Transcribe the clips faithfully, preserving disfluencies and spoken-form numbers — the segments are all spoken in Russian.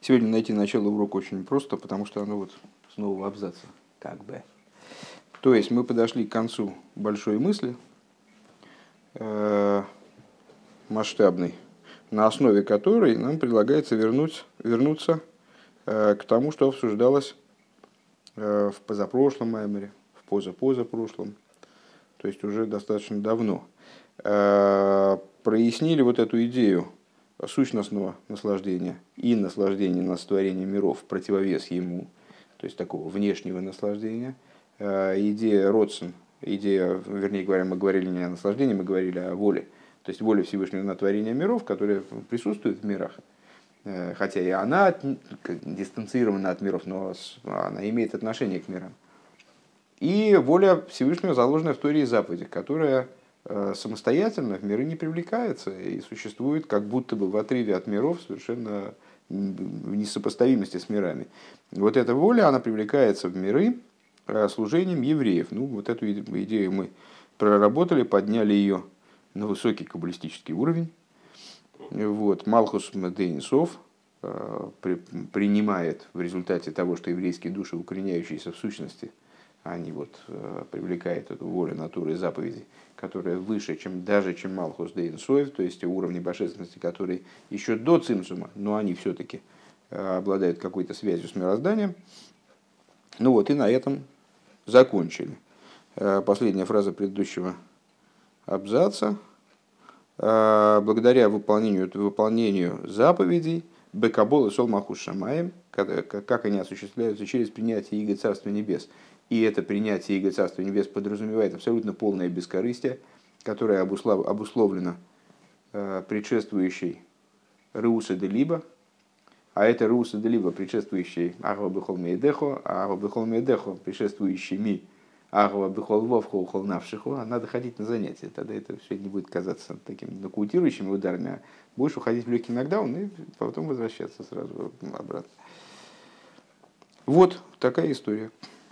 Сегодня найти начало урока очень просто, потому что оно вот с нового абзаца, как бы. То есть мы подошли к концу большой мысли, э, масштабной, на основе которой нам предлагается вернуть, вернуться э, к тому, что обсуждалось э, в позапрошлом маймере, в позапозапрошлом, то есть уже достаточно давно. Э, прояснили вот эту идею сущностного наслаждения и наслаждения над творением миров в противовес ему, то есть такого внешнего наслаждения. Идея Родсен, идея, вернее говоря, мы говорили не о наслаждении, мы говорили о воле, то есть воле Всевышнего на творение миров, которая присутствует в мирах, хотя и она дистанцирована от миров, но она имеет отношение к мирам. И воля Всевышнего, заложенная в Торе и заповедях, которая самостоятельно в миры не привлекается и существует как будто бы в отрыве от миров, совершенно в несопоставимости с мирами. Вот эта воля, она привлекается в миры служением евреев. Ну, вот эту идею мы проработали, подняли ее на высокий каббалистический уровень. Вот. Малхус Медейнсов принимает в результате того, что еврейские души, укореняющиеся в сущности, они вот привлекают эту волю натуры и заповедей, которая выше, чем, даже чем Малхус Дейнсоев, то есть уровни божественности, которые еще до Цимсума, но они все-таки обладают какой-то связью с мирозданием. Ну вот, и на этом закончили. Последняя фраза предыдущего абзаца. Благодаря выполнению, выполнению заповедей Бекабол и Сол Махус Шамаем, как они осуществляются через принятие Иго Царства Небес. И это принятие Иго Царства Небес подразумевает абсолютно полное бескорыстие, которое обусловлено предшествующей Руса де Либо. А это Руса де Либо, предшествующий Агва Бехол Мейдехо, а Агва Бехол Мейдехо, предшествующий Ми Агва Бехол Вовхо Ухол Навшиху, а надо ходить на занятия. Тогда это все не будет казаться такими нокаутирующими ударами, а будешь уходить в легкий нокдаун и потом возвращаться сразу обратно. Вот такая история.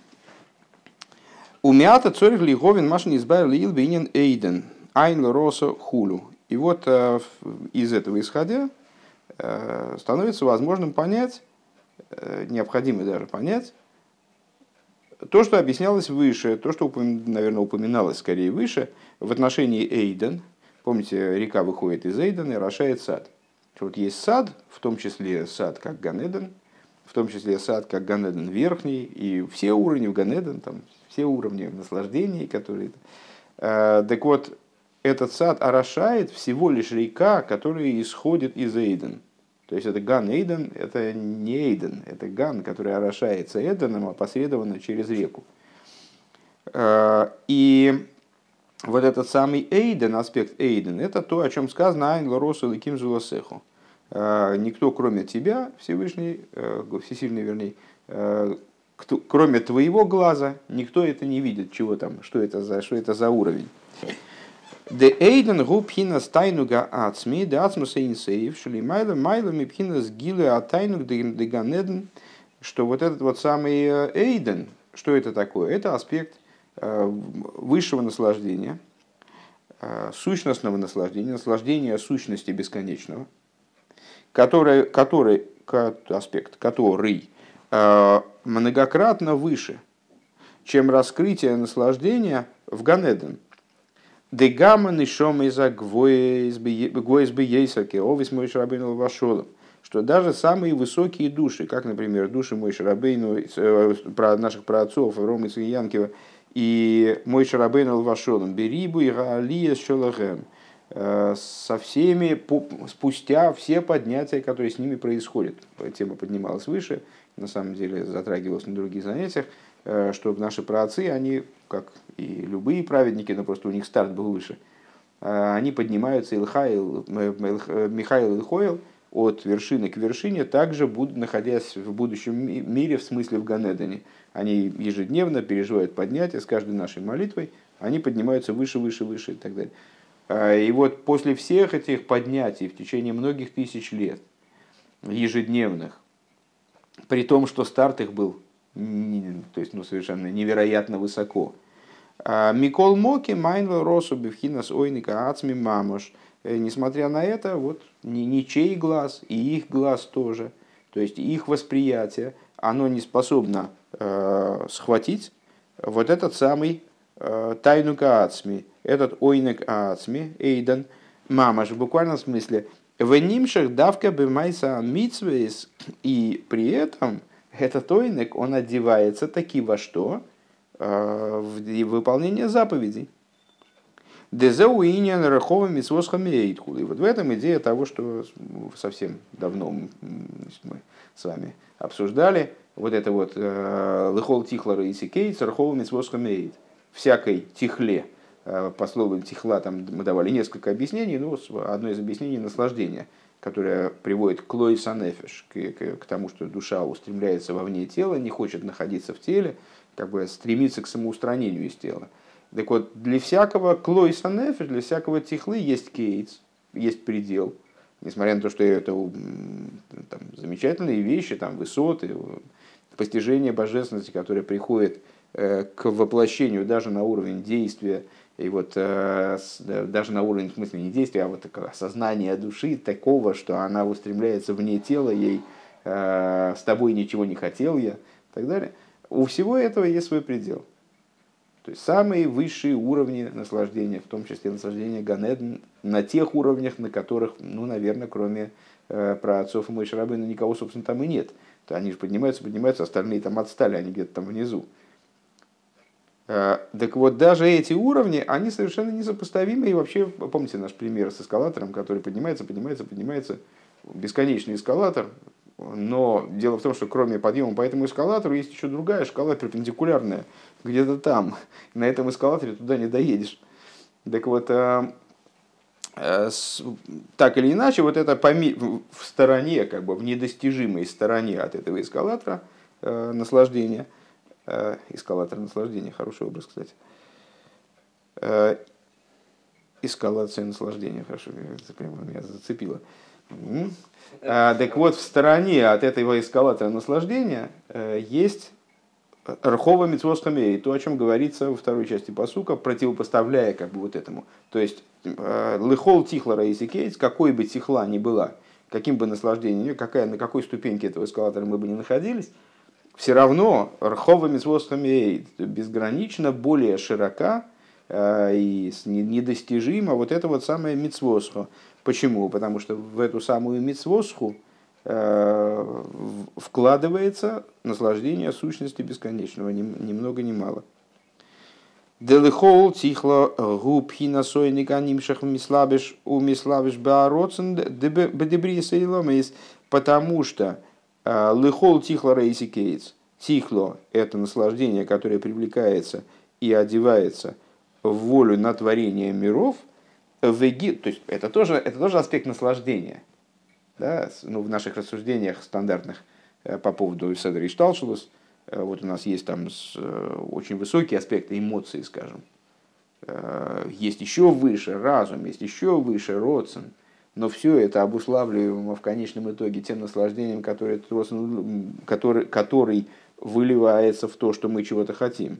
Умята цорих лиговин машин избавил лил бинин эйден айн роса хулу. И вот из этого исходя становится возможным понять, необходимо даже понять, то, что объяснялось выше, то, что, наверное, упоминалось скорее выше, в отношении Эйден. Помните, река выходит из Эйдена и орошает сад. Вот есть сад, в том числе сад как Ганеден, в том числе сад как Ганеден верхний, и все уровни в Ганеден, там, все уровни наслаждений, которые... Так вот, этот сад орошает всего лишь река, которая исходит из Эйден. То есть это Ган Эйден, это не Эйден, это Ган, который орошается Эйденом опосредованно через реку. И вот этот самый Эйден, аспект Эйден, это то, о чем сказано Айн Лоросу Ликим Зуласеху. Никто, кроме тебя, Всевышний, всесильный, вернее, кто, кроме твоего глаза, никто это не видит, чего там, что это за, что это за уровень. Де эйден губхина стайнуга ацми, де ацмуса инсеев, шли майла майла мипхина сгилы атайнуг де ганеден, что вот этот вот самый эйден, что это такое? Это аспект высшего наслаждения, сущностного наслаждения, наслаждения сущности бесконечного, который, который аспект, который многократно выше, чем раскрытие наслаждения в Ганеден. Дегама нишом из-за гвоизбиейсаки, овис Мойше Рабейну Вашолом, что даже самые высокие души, как, например, души Мойше Рабейну, про наших праотцов, Аврома и Янкива, и Мойше Рабейну Вашолом, Берибу и Гаалия Шолахем, со всеми, спустя все поднятия, которые с ними происходят. Тема поднималась выше, на самом деле затрагивалась на других занятиях, что наши праотцы, они, как и любые праведники, но просто у них старт был выше, они поднимаются Илхаил, Михаил Илхоил от вершины к вершине, также будут, находясь в будущем мире, в смысле в Ганедане. Они ежедневно переживают поднятие с каждой нашей молитвой, они поднимаются выше, выше, выше и так далее. И вот после всех этих поднятий в течение многих тысяч лет, ежедневных, при том, что старт их был то есть, ну, совершенно невероятно высоко. Микол Моки, Майнл Росу, Бевхинас Ойника, Ацми Мамош. Несмотря на это, вот ничей глаз, и их глаз тоже То есть их восприятие, оно не способно э, схватить вот этот самый э, тайнук аацми, этот ойнек аацми, эйдан, мамаш, в буквальном смысле, в нимшах давка бемайса митсвейс, и при этом этот ойнек, он одевается таки во что? Э, в выполнение заповедей. Дезеуиня нарахова митсвосхами эйдхул. И вот в этом идея того, что совсем давно мы с вами обсуждали, вот это вот лыхол тихлара и сикейт, нарахова митсвосхами эйд. Всякой тихле, по слову тихла там мы давали несколько объяснений, но одно из объяснений — наслаждение, которое приводит к лой санефиш, к, к, к тому, что душа устремляется вовне тела, не хочет находиться в теле, как бы стремится к самоустранению из тела. Так вот, для всякого клойса нефеш, для всякого тихлы есть кейтс, есть предел. Несмотря на то, что это там, замечательные вещи, там, высоты, постижение божественности, которое приходит э, к воплощению даже на уровень действия, и вот э, с, даже на уровень, в смысле, не действия, а вот осознания души такого, что она устремляется вне тела, ей э, с тобой ничего не хотел я, и так далее. У всего этого есть свой предел. То есть самые высшие уровни наслаждения, в том числе наслаждение Ганеден, на тех уровнях, на которых, ну, наверное, кроме э, праотцов и Моше Рабейну, никого, собственно, там и нет. То они же поднимаются, поднимаются, остальные там отстали, они где-то там внизу. Э, так вот, даже эти уровни, они совершенно несопоставимы. И вообще, помните наш пример с эскалатором, который поднимается, поднимается, поднимается, бесконечный эскалатор. Но дело в том, что кроме подъема по этому эскалатору есть еще другая шкала перпендикулярная, где-то там. На этом эскалаторе туда не доедешь. Так вот, э, э, с, так или иначе, вот это поми- в стороне, как бы в недостижимой стороне от этого эскалатора э, наслаждения, э, эскалатор наслаждения, хороший образ, кстати, э, эскалация наслаждения, хорошо, это прямо меня зацепило. А, так вот, в стороне от этого эскалатора наслаждения э, есть рхова мицвос хамей, то, о чем говорится во второй части пасука, противопоставляя как бы вот этому. То есть, э, лыхол тихлара и сикейц, какой бы тихла ни была, каким бы наслаждением, какая, на какой ступеньке этого эскалатора мы бы ни находились, все равно рхова мицвос хамей безгранично более широка э, и недостижима вот это вот самое мицвосхо. Почему? Потому что в эту самую мицвосху э, вкладывается наслаждение сущности бесконечного, ни, ни много ни мало. Делихол тихло губхина сойника нимшах мислабиш у мислабиш баароцен бедебриса и ломейс, потому что лихол тихло рейси кейтс, тихло — это наслаждение, которое привлекается и одевается в волю на творение миров. Веги, то есть это тоже, это тоже аспект наслаждения. Да? Ну, в наших рассуждениях стандартных по поводу Седра и Шталшулус, вот у нас есть там очень высокие аспекты эмоций, скажем. Есть еще выше разум, есть еще выше родствен. Но все это обуславливаемо в конечном итоге тем наслаждением, которое, который, который выливается в то, что мы чего-то хотим.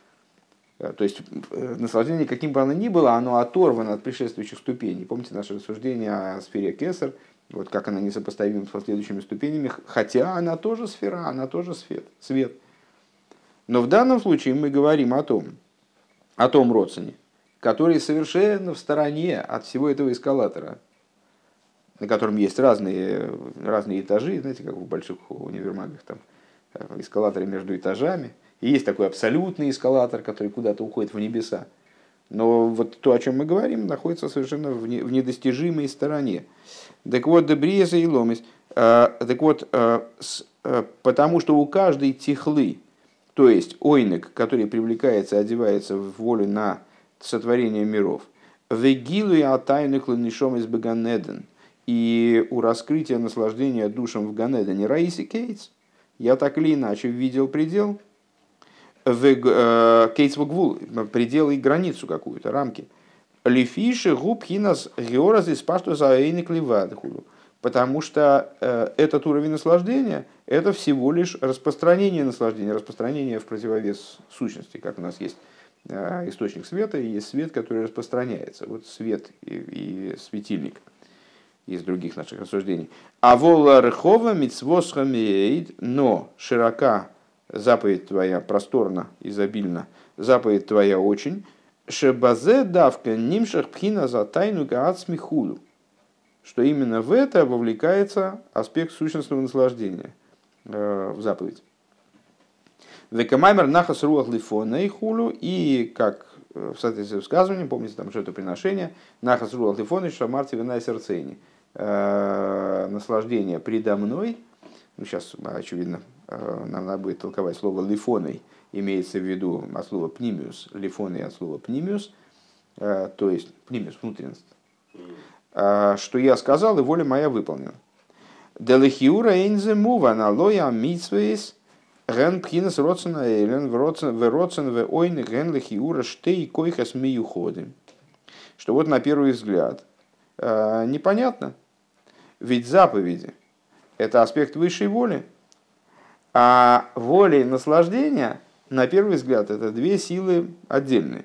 То есть наслаждение, каким бы оно ни было, оно оторвано от предшествующих ступеней. Помните наше рассуждение о сфере Кесар, вот как она несопоставима с последующими ступенями, хотя она тоже сфера, она тоже свет, свет. Но в данном случае мы говорим о том, о том родственне, который совершенно в стороне от всего этого эскалатора, на котором есть разные, разные этажи, знаете, как в больших универмагах, там эскалаторы между этажами. И есть такой абсолютный эскалатор, который куда-то уходит в небеса. Но вот то, о чем мы говорим, находится совершенно в недостижимой стороне. Так вот, дебриеза и ломис. Так вот, потому что у каждой тихлы, то есть ойнек, который привлекается, одевается в волю на сотворение миров, вегилу и атайнек ланишом из Ганеден, и у раскрытия наслаждения душам в Ганедене Раиси Кейтс, я так или иначе видел предел, в Кейтсвогвул, предел и границу какую-то, рамки. Лифиши губ хинас геораз из пашту за эйник ливадхулу. Потому что э, этот уровень наслаждения — это всего лишь распространение наслаждения, распространение в противовес сущности, как у нас есть э, источник света и есть свет, который распространяется. Вот свет и, и светильник. из других наших рассуждений. А вола рхова мицвосха меид, но широка заповедь твоя, просторна, изобильна, заповедь твоя очень, шебазе давка нимшах пхина за тайну гаацмихулю, что именно в это вовлекается аспект сущностного наслаждения э, в заповедь. Векамаймер нахас руах лифона и хулю, и как в соответствии с высказыванием, помните, там жертвоприношение, нахас руах лифона и шамарти вина сердцейни, наслаждение предо мной, ну сейчас, очевидно, нам надо будет толковать слово лифоной, имеется в виду от слова пнимиус, лифоной от слова пнимиус, то есть пнимиус, внутренность, что я сказал, и воля моя выполнена. Делехиура эйнзе мува налоя митсвейс ген пхинас родсена эйлен в родсен в ойн ген лехиура штей койхас миюходы. Что вот на первый взгляд непонятно, ведь заповеди – это аспект высшей воли, а воля и наслаждение, на первый взгляд, это две силы отдельные.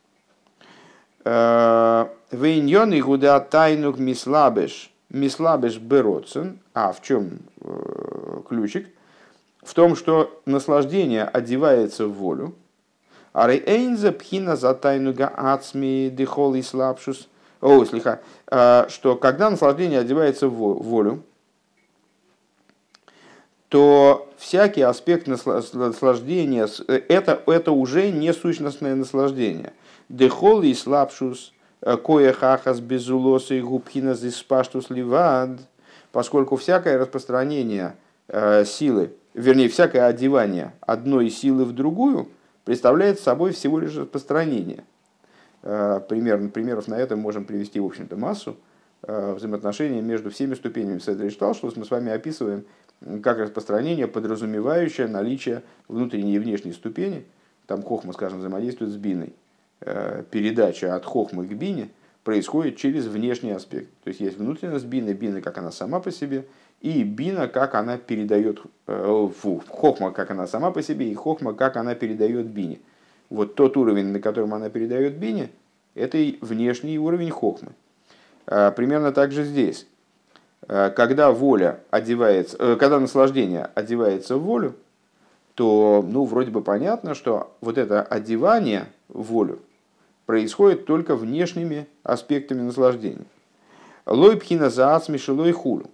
Вейньон и гуда тайнук мислабеш, мислабеш бероцен. А в чем ключик? В том, что наслаждение одевается в волю. А рейнза пхина за тайнуга ацми дихол и слабшус. О, слиха. Что когда наслаждение одевается в волю, то всякий аспект наслаждения это, это уже не сущностное наслаждение. Дехол и слабшус, кое хахас безулоса и губхина зиспаштус ливад, поскольку всякое распространение силы, вернее, всякое одевание одной силы в другую представляет собой всего лишь распространение. Пример, примеров на это можем привести, в общем-то, массу. Взаимоотношения между всеми ступенями Седер и Шталшус мы с вами описываем как распространение, подразумевающее наличие внутренней и внешней ступени. Там хохма, скажем, взаимодействует с биной. Передача от хохмы к бине происходит через внешний аспект. То есть есть внутренность бины, бина как она сама по себе, и бина как она передает, фу, хохма как она сама по себе, и хохма как она передает бине. Вот тот уровень, на котором она передает бине, это и внешний уровень хохмы. Примерно так же здесь. Когда воля одевается, когда наслаждение одевается в волю, то, ну, вроде бы понятно, что вот это одевание в волю происходит только внешними аспектами наслаждения. Лой пхина заац мишелой хулю.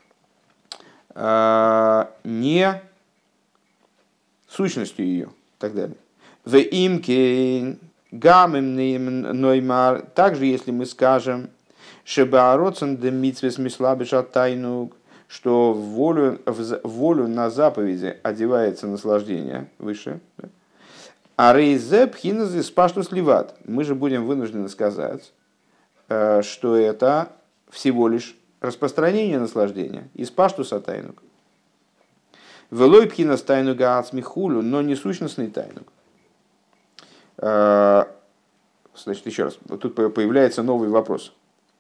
Не сущностью ее, и так далее. В имке гамем ноймар. Также, если мы скажем, шебаароцен де митсвес мислабиша тайнук, что в волю, в волю на заповеди одевается наслаждение выше. А рейзе пхиназы спаштус ливат. Мы же будем вынуждены сказать, что это всего лишь распространение наслаждения из паштуса тайнук. Велой пхинас тайнуга ацмихулю, но не сущностный тайнук. Значит, еще раз, тут появляется новый вопрос.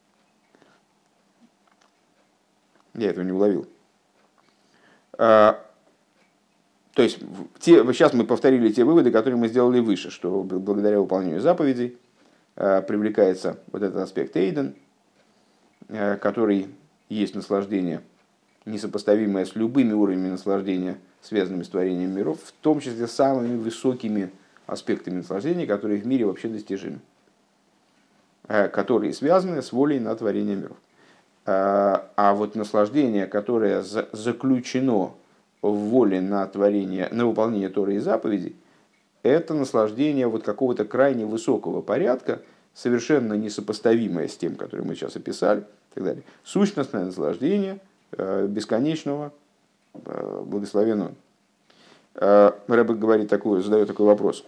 Я этого не уловил. То есть, те, сейчас мы повторили те выводы, которые мы сделали выше, что благодаря выполнению заповедей привлекается вот этот аспект эйден, который есть наслаждение, несопоставимое с любыми уровнями наслаждения, связанными с творением миров, в том числе самыми высокими аспектами наслаждения, которые в мире вообще достижимы, которые связаны с волей на творение миров. А вот наслаждение, которое заключено в воле на творение, на выполнение Торы и заповедей, это наслаждение вот какого-то крайне высокого порядка, совершенно несопоставимое с тем, которое мы сейчас описали, и так далее. Сущностное наслаждение бесконечного, благословенного. Рэбе говорит такую, задает такой вопрос.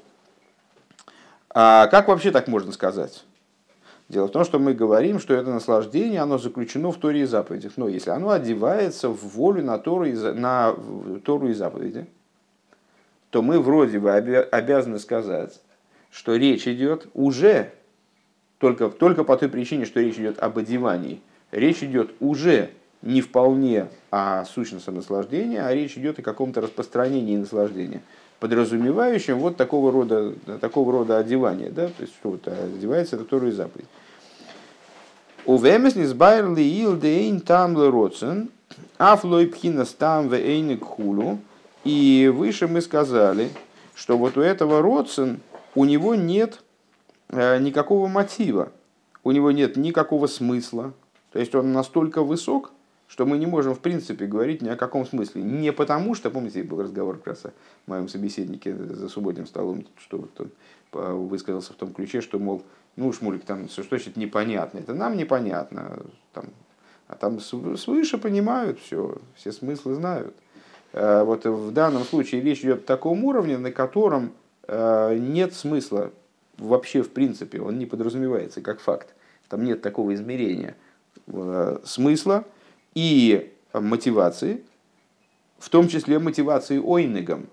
А как вообще так можно сказать? Дело в том, что мы говорим, что это наслаждение, оно заключено в Торе и заповедях. Но если оно одевается в волю на Тору и, на Тору и заповеди, то мы вроде бы обязаны сказать, что речь идет уже, только, только по той причине, что речь идет об одевании, речь идет уже не вполне о сущностном наслаждении, а речь идет о каком-то распространении наслаждения, подразумевающим вот такого рода, такого рода одевание, да? То есть, что вот одевается это Тору и заповедь. Увемес не сбайрли ил дейн там лероцен, афлой пхинас там в эйник хулу. И выше мы сказали, что вот у этого роцен, у него нет э, никакого мотива, у него нет никакого смысла. То есть он настолько высок, что мы не можем в принципе говорить ни о каком смысле. Не потому что, помните, был разговор как раз о моем собеседнике за субботним столом, что вот он высказался в том ключе, что, мол, ну, Шмулик, там, что значит непонятно? Это нам непонятно, там, а там свыше понимают все, все смыслы знают. Вот в данном случае речь идет о таком уровне, на котором нет смысла вообще в принципе, он не подразумевается как факт. Там нет такого измерения смысла и мотивации, в том числе мотивации ойнегом.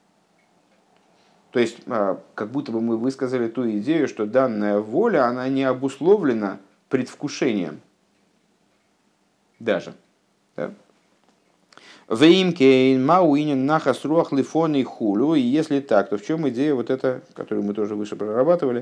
То есть, как будто бы мы высказали ту идею, что данная воля, она не обусловлена предвкушением. Даже. Да? Веймкейн, мауинен, нахас, руах, лифон и хулю. И если так, то в чем идея вот эта, которую мы тоже выше прорабатывали,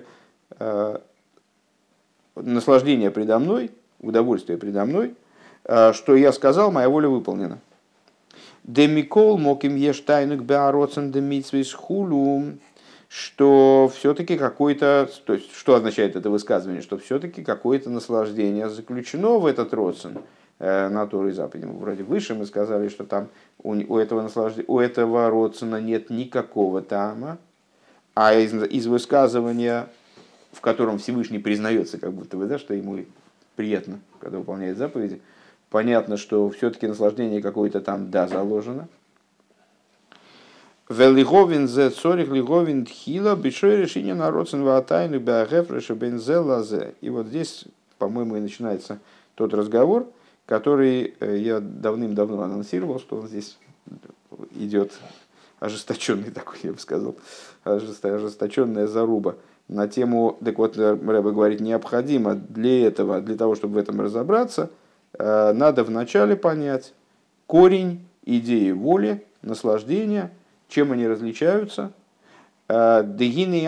наслаждение предо мной, удовольствие предо мной, что я сказал, моя воля выполнена. Демикол моким ештайнук беароцен демитсвис хулу, что все-таки какой-то, то есть что означает это высказывание, что все-таки какое-то наслаждение заключено в этот роцен э, натуры и заповеди. Вроде выше мы сказали, что там у, у этого наслаждения, у этого роцена нет никакого тама, а из, из высказывания, в котором Всевышний признается, как будто бы, да, что ему приятно, когда выполняет заповеди, понятно, что все-таки наслаждение какое-то там, да, заложено. Велиговин зе цорих лиговин тхила большое решение народцен ваатайну беагефреша бензелазе. И вот здесь, по-моему, и начинается тот разговор, который я давным-давно анонсировал, что он здесь идет ожесточенный такой, я бы сказал, ожесточенная заруба на тему, так вот, Рэбе говорит, необходимо для этого, для того, чтобы в этом разобраться, надо вначале понять корень идеи воли, наслаждения, чем они различаются. Что вот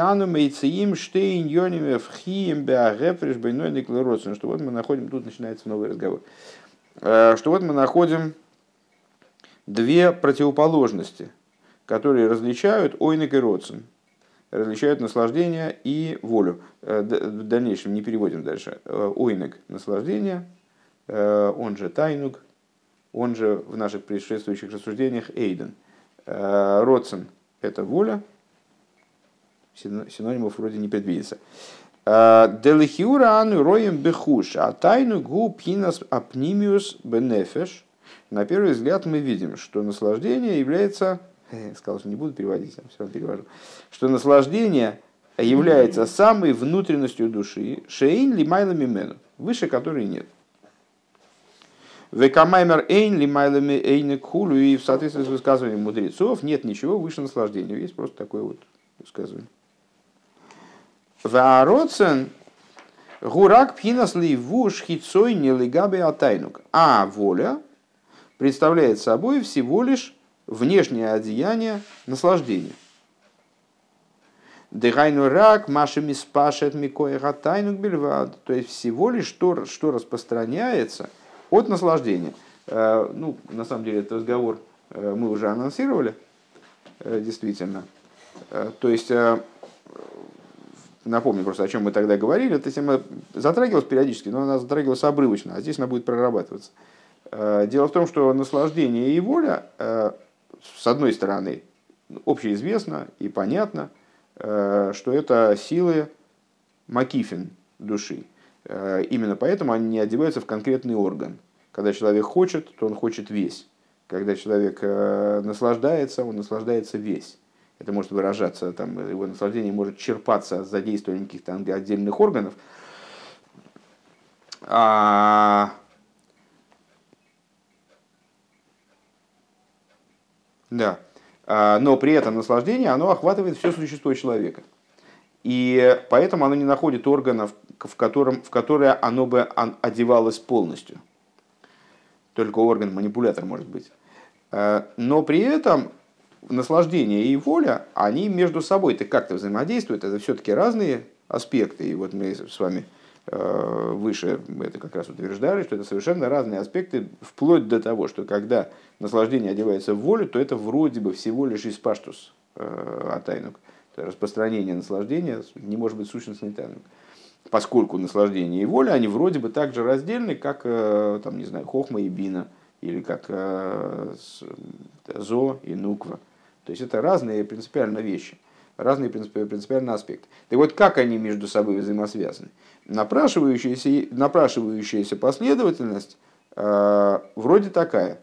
мы находим, тут начинается новый разговор, что вот мы находим две противоположности, которые различают ойнек и роцен, различают наслаждение и волю. В дальнейшем не переводим дальше. Ойнек – наслаждение, он же тайнук, он же в наших предшествующих рассуждениях эйден. Роцен – это воля, синонимов вроде не предвидится. Делихиура ану роем бехуш, а тайнук гу пхинас апнимиус бенефеш. На первый взгляд мы видим, что наслаждение является, я сказал, что не буду переводить, я все равно перевожу, что наслаждение является самой внутренностью души, шейн лимайла мимену, выше которой нет. Векамаймер эйн лимайлами эйны кулю, и в соответствии с высказыванием мудрецов нет ничего выше наслаждения. Есть просто такое вот высказывание. Ваароцен гурак пхинас ливуш хитсой нелигаби атайнук. А воля представляет собой всего лишь внешнее одеяние наслаждения. Дыхайну рак машами спашет микоя атайнук бельвад. То есть всего лишь то, что распространяется от наслаждения. Ну, на самом деле, этот разговор мы уже анонсировали, действительно. То есть, напомню просто, о чем мы тогда говорили. Эта тема затрагивалась периодически, но она затрагивалась обрывочно, а здесь она будет прорабатываться. Дело в том, что наслаждение и воля, с одной стороны, общеизвестно и понятно, что это силы макифин души. Именно поэтому они не одеваются в конкретный орган. Когда человек хочет, то он хочет весь. Когда человек наслаждается, он наслаждается весь. Это может выражаться, там, его наслаждение может черпаться с задействованием каких-то отдельных органов. А... Да. Но при этом наслаждение, оно охватывает все существо человека. И поэтому оно не находит органов, в, котором, в которые оно бы одевалось полностью. Только орган-манипулятор может быть. Но при этом наслаждение и воля, они между собой-то как-то взаимодействуют. Это все-таки разные аспекты. И вот мы с вами выше мы это как раз утверждали, что это совершенно разные аспекты, вплоть до того, что когда наслаждение одевается в волю, то это вроде бы всего лишь испаштус атайнук, распространение наслаждения не может быть сущностной тайной. Поскольку наслаждение и воля, они вроде бы так же раздельны, как, там, не знаю, хохма и бина, или как зо и нуква. То есть это разные принципиально вещи, разные принципиальные аспекты. Так вот, как они между собой взаимосвязаны? Напрашивающаяся, напрашивающаяся последовательность э, вроде такая.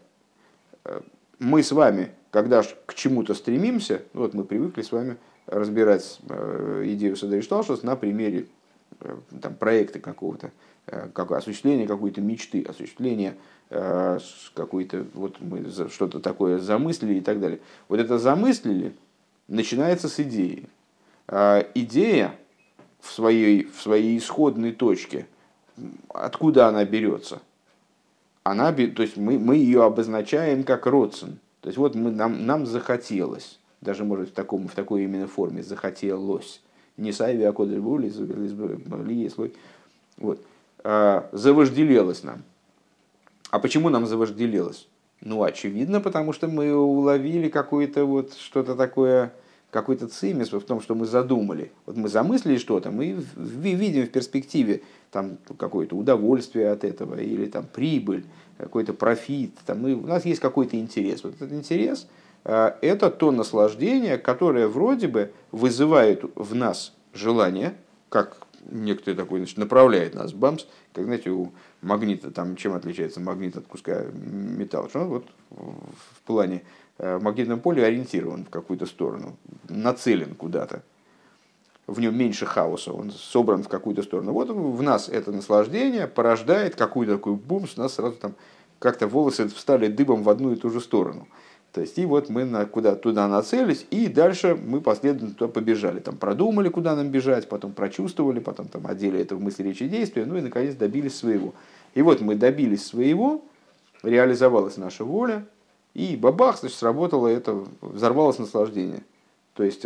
Мы с вами, когда к чему-то стремимся, вот мы привыкли с вами разбирать э, идею Садришталшус на примере э, там, проекта какого-то, э, как, осуществления какой-то мечты, осуществления э, какой-то, вот мы что-то такое замыслили и так далее. Вот это замыслили начинается с идеи. Э, идея в своей, в своей исходной точке, откуда она берется? Она, то есть мы, мы ее обозначаем как родствен. То есть вот мы, нам, нам захотелось, даже может в, таком, в такой именно форме, захотелось. Не сайви, а кодер були, слой. Вот. А, завожделелось нам. А почему нам завожделелось? Ну, очевидно, потому что мы уловили какое-то вот что-то такое, какой-то цимис в том, что мы задумали. Вот мы замыслили что-то, мы видим в перспективе там какое-то удовольствие от этого, или там прибыль, какой-то профит. Там, мы, у нас есть какой-то интерес. Вот этот интерес э, – это то наслаждение, которое вроде бы вызывает в нас желание, как некоторый такой, значит, направляет нас, бамс, как, знаете, у магнита, там, чем отличается магнит от куска металла, что он вот в плане в магнитном поле ориентирован в какую-то сторону, нацелен куда-то. В нем меньше хаоса, он собран в какую-то сторону. Вот в нас это наслаждение порождает какой-то такой бум, у нас сразу там как-то волосы встали дыбом в одну и ту же сторону. То есть, и вот мы на, куда, туда нацелились, и дальше мы последовательно туда побежали. Там продумали, куда нам бежать, потом прочувствовали, потом там одели это в мысли, речи, действия, ну и наконец добились своего. И вот мы добились своего, реализовалась наша воля, и бабах, значит, сработало это, взорвалось наслаждение. То есть,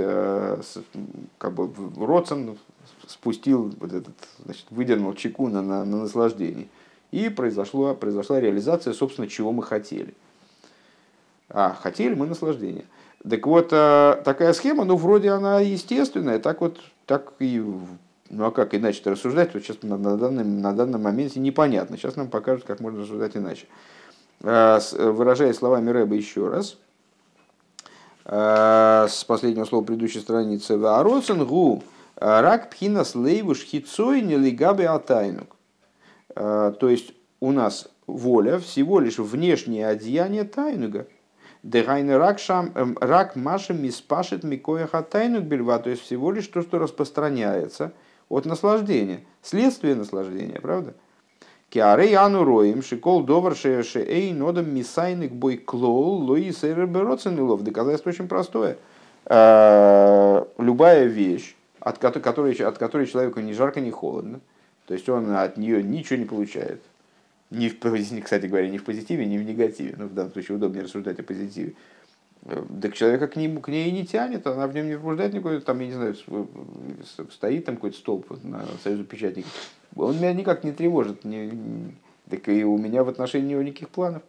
как бы Родсон спустил, вот этот, значит, выдернул чеку на, на, на наслаждение. И произошло, произошла реализация, собственно, чего мы хотели. А, хотели мы наслаждения. Так вот, такая схема, ну, вроде она естественная, так вот, так и, ну, а как иначе-то рассуждать, вот сейчас на, на, данном, на данном моменте непонятно. Сейчас нам покажут, как можно рассуждать иначе. Выражая словами Рэба еще раз, с последнего слова предыдущей страницы, «Ваароцен гу рак пхинас лейвуш хитцой нелигабе атайнук». То есть, у нас воля всего лишь внешнее одеяние тайнуга. Дегайны рак машем миспашет микояха тайнуг бельва. То есть, всего лишь то, что распространяется от наслаждения. Следствие наслаждения, правда? Киарей ану роим шикол довар шееше эй нодам мисайник бой клоу лои сейрбероценилов. Доказательство очень простое. Любая вещь, от которой, от которой человеку ни жарко, ни холодно, то есть он от нее ничего не получает. Ни в, кстати говоря, ни в позитиве, ни в негативе. Ну, в данном случае удобнее рассуждать о позитиве. Так человека к, нему, к ней не тянет, она в нем не побуждает никакой, там, я не знаю, стоит там какой-то столб на союзу печатников. Он меня никак не тревожит, не, так и у меня в отношении него никаких планов.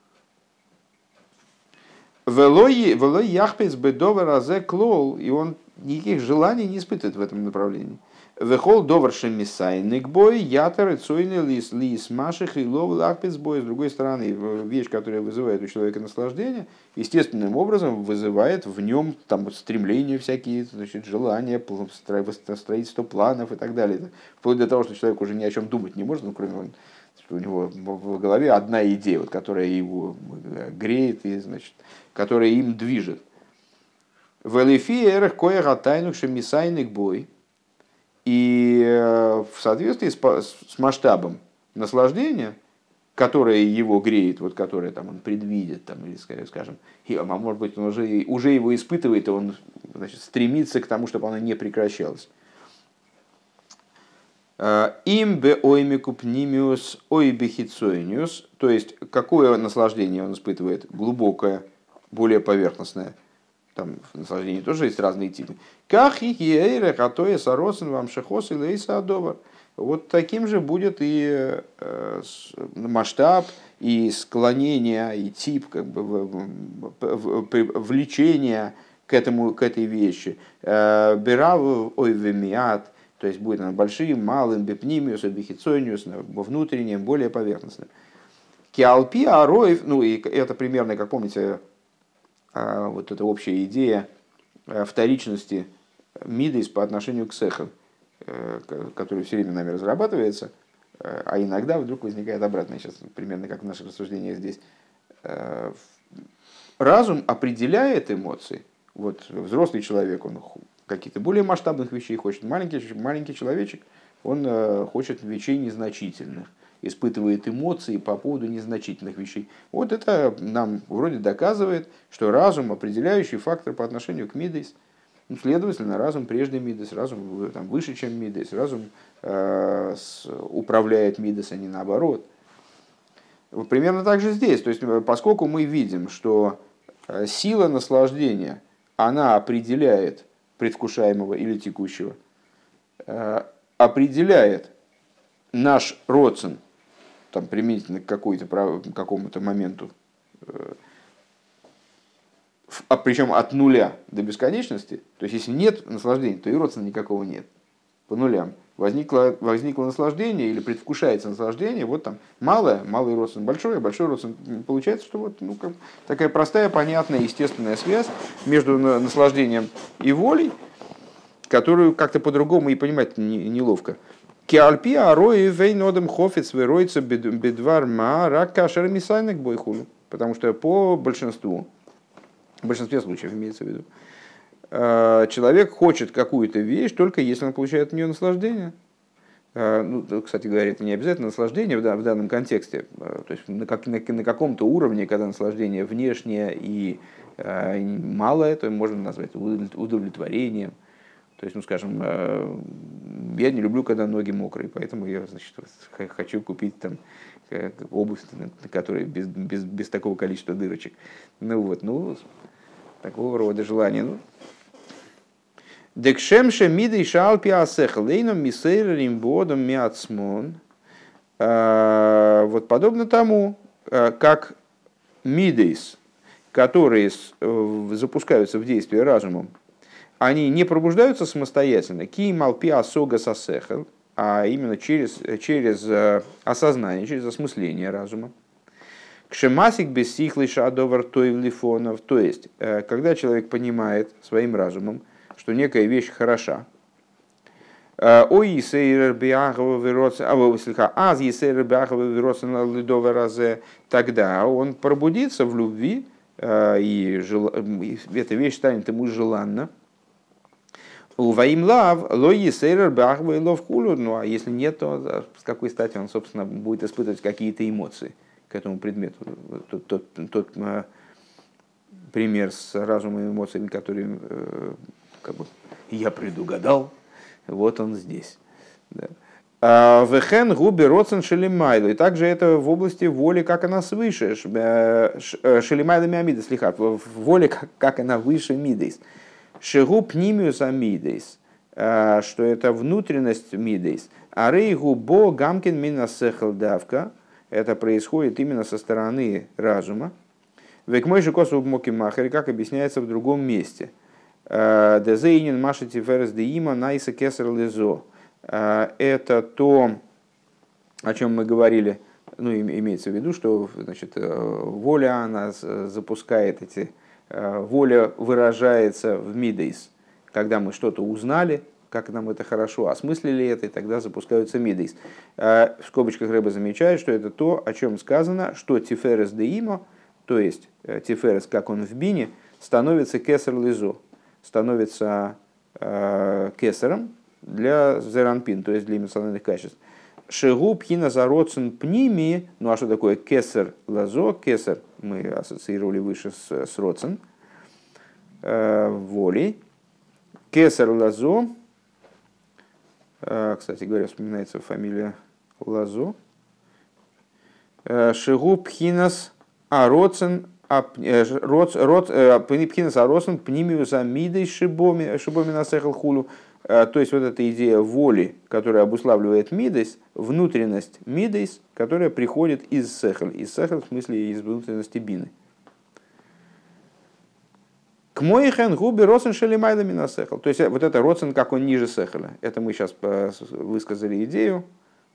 Велой яхпец бедовер азе клол, и он никаких желаний не испытывает в этом направлении. Вехол доварши мисайник бой, ятер и цойный лис, лис маших и лов лахпец бой. С другой стороны, вещь, которая вызывает у человека наслаждение, естественным образом вызывает в нем там, стремления всякие, значит, желания, строительство планов и так далее. Вплоть до того, что человек уже ни о чем думать не может, ну, кроме что у него в голове одна идея, вот, которая его греет и, значит, которая им движет. В элифиерах коега тайнукши мисайник бой. И в соответствии с, с масштабом наслаждения, которое его греет, вот которое там, он предвидит, там, или, скажем, а может быть, он уже, уже его испытывает, и он, значит, стремится к тому, чтобы оно не прекращалось. Им бе оймику пнимиус ойбихицойниус, то есть, какое наслаждение он испытывает? Глубокое, более поверхностное. Там наслаждение тоже есть разные типы. Как их ейре, готовя сороцен вам шехос и лейса адовар. вот таким же будет и масштаб, и склонение, и тип, как бы, влечения к, этому, к этой вещи. Бирав ойвемиат, то есть будет она большим, малым, бепнимиус, бихицониус, внутренним, более поверхностным. Киалпи ароев, ну и это примерно, как помните, вот эта общая идея вторичности мидейс по отношению к сехам, который все время нами разрабатывается, а иногда вдруг возникает обратное, сейчас примерно как в наших рассуждениях здесь. Разум определяет эмоции. Вот взрослый человек, он каких-то более масштабных вещей хочет. Маленький, маленький человечек, он хочет вещей незначительных, испытывает эмоции по поводу незначительных вещей. Вот это нам вроде доказывает, что разум определяющий фактор по отношению к мидейс. Ну, следовательно, разум прежде мидейс, разум там, выше, чем мидейс, разум э, с, управляет мидейс, а не наоборот. Примерно так же здесь. То есть, поскольку мы видим, что сила наслаждения, она определяет предвкушаемого или текущего, э, определяет наш роцен, там, применительно к какой-то, к какому-то моменту, а причем от нуля до бесконечности, то есть если нет наслаждения, то и родственника никакого нет. По нулям. Возникло, возникло наслаждение или предвкушается наслаждение, вот там малое, малый родственник, большой, большой родственник. Получается, что вот ну, как, такая простая, понятная, естественная связь между наслаждением и волей, которую как-то по-другому и понимать не, неловко. Киальпи арои вейнодем хофиц веройца бедвар ма рак кашер мисайнек бойхулу. Потому что по большинству, в большинстве случаев имеется в виду, человек хочет какую-то вещь, только если он получает от нее наслаждение. Ну, кстати говоря, это не обязательно наслаждение в данном контексте. То есть на, как, на, на каком-то уровне, когда наслаждение внешнее и малое, то можно назвать удовлетворением. То есть, ну, скажем, я не люблю, когда ноги мокрые, поэтому я, значит, хочу купить там обувь, на которой без, без, без такого количества дырочек. Ну вот, ну, такого рода желания. Ну. Декшемше мидей шалпи асехлейном мисейрим бодом миацмон. Вот подобно тому, как мидейс, которые запускаются в действие разумом, они не пробуждаются самостоятельно, ки малпи асога сасехл, а именно через, через осознание, через осмысление разума. Кшемасик бессихлый шадовар тойлифонов, то есть, когда человек понимает своим разумом, что некая вещь хороша, ой, есейр биахова вироцен, а вы слегка, аз есейр биахова вироцен лидове разе, тогда он пробудится в любви, и, жел... и эта вещь станет ему желанна. У Ваимлав лои сейрер бахвы лов хулу, ну а если нет, то с какой стати он, собственно, будет испытывать какие-то эмоции к этому предмету. Тот, тот, тот а, пример с разумом и эмоциями, который а, как бы, я предугадал, вот он здесь. Вехен губи роцен шелимайлу. И также это в области воли, как она свыше. Шелимайлу миамида слиха. В воле, как она выше мидейс. Шегуб нимиус амидейс, что это внутренность мидейс. А рейгу бо гамкин минасехал давка, это происходит именно со стороны разума. Век мой же косу моки махари, как объясняется в другом месте. Дезейнин машити ферес деима найса кесар лизо. Это то, о чем мы говорили, ну, имеется в виду, что значит, воля, она запускает эти... Воля выражается в мидейс, когда мы что-то узнали, как нам это хорошо, осмыслили это, и тогда запускаются мидейс. В скобочках Рэбе замечает, что это то, о чем сказано, что тиферес деимо, то есть тиферес, как он в бине, становится кесар лизо, становится э, кесаром для зеранпин, то есть для эмоциональных качеств. Шегу пхина зароцен пними, ну а что такое кесар лазо? Кесар мы ассоциировали выше с, с роцен, э, волей. Кесар лазо, э, кстати говоря, вспоминается фамилия Лазо. Шегу пхинас ароцен, пхинас ароцен пнимиус амидой шибоми насехал хулу. То есть вот эта идея воли, которая обуславливает мидейс, внутренность мидейс, которая приходит из сехель. Из сехель в смысле из внутренности бины. К моихен губи росен шелимайда мина сехел. То есть вот это родсен, как он ниже сехеля. Это мы сейчас высказали идею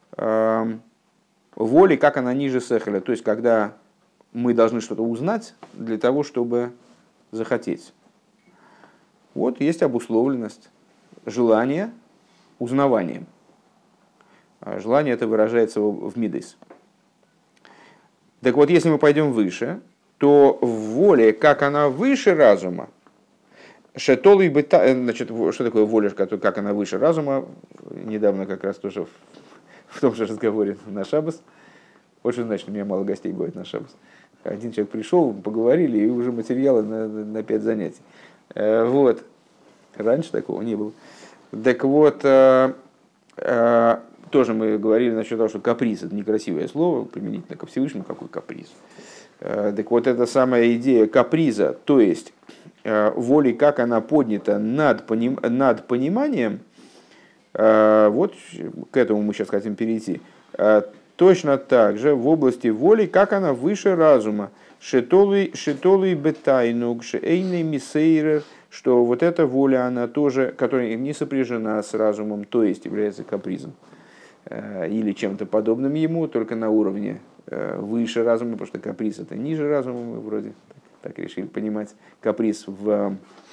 воли, как она ниже сехеля. То есть когда мы должны что-то узнать для того, чтобы захотеть. Вот есть обусловленность. Желание узнаванием. А желание это выражается в мидейс. Так вот, если мы пойдем выше, то в воле, как она выше разума, шетолы быта, значит, что такое воля, как она выше разума, недавно как раз тоже в, в том же разговоре на шаббас. Вот что значит, у меня мало гостей бывает на шаббас. Один человек пришел, поговорили, и уже материалы на, на пять занятий. Вот. Раньше такого не было. Так вот, э, э, тоже мы говорили насчет того, что каприз – это некрасивое слово, применительно ко Всевышнему, какой каприз. Э, так вот, эта самая идея каприза, то есть э, воли, как она поднята над, поним, над пониманием, э, вот к этому мы сейчас хотим перейти. Э, точно так же в области воли, как она выше разума. Шетолый бетайнуг, шеэйный мисейрер, что вот эта воля, она тоже, которая не сопряжена с разумом, то есть является капризом или чем-то подобным ему, только на уровне выше разума, потому что каприз это ниже разума, мы вроде так, так решили понимать. Каприз в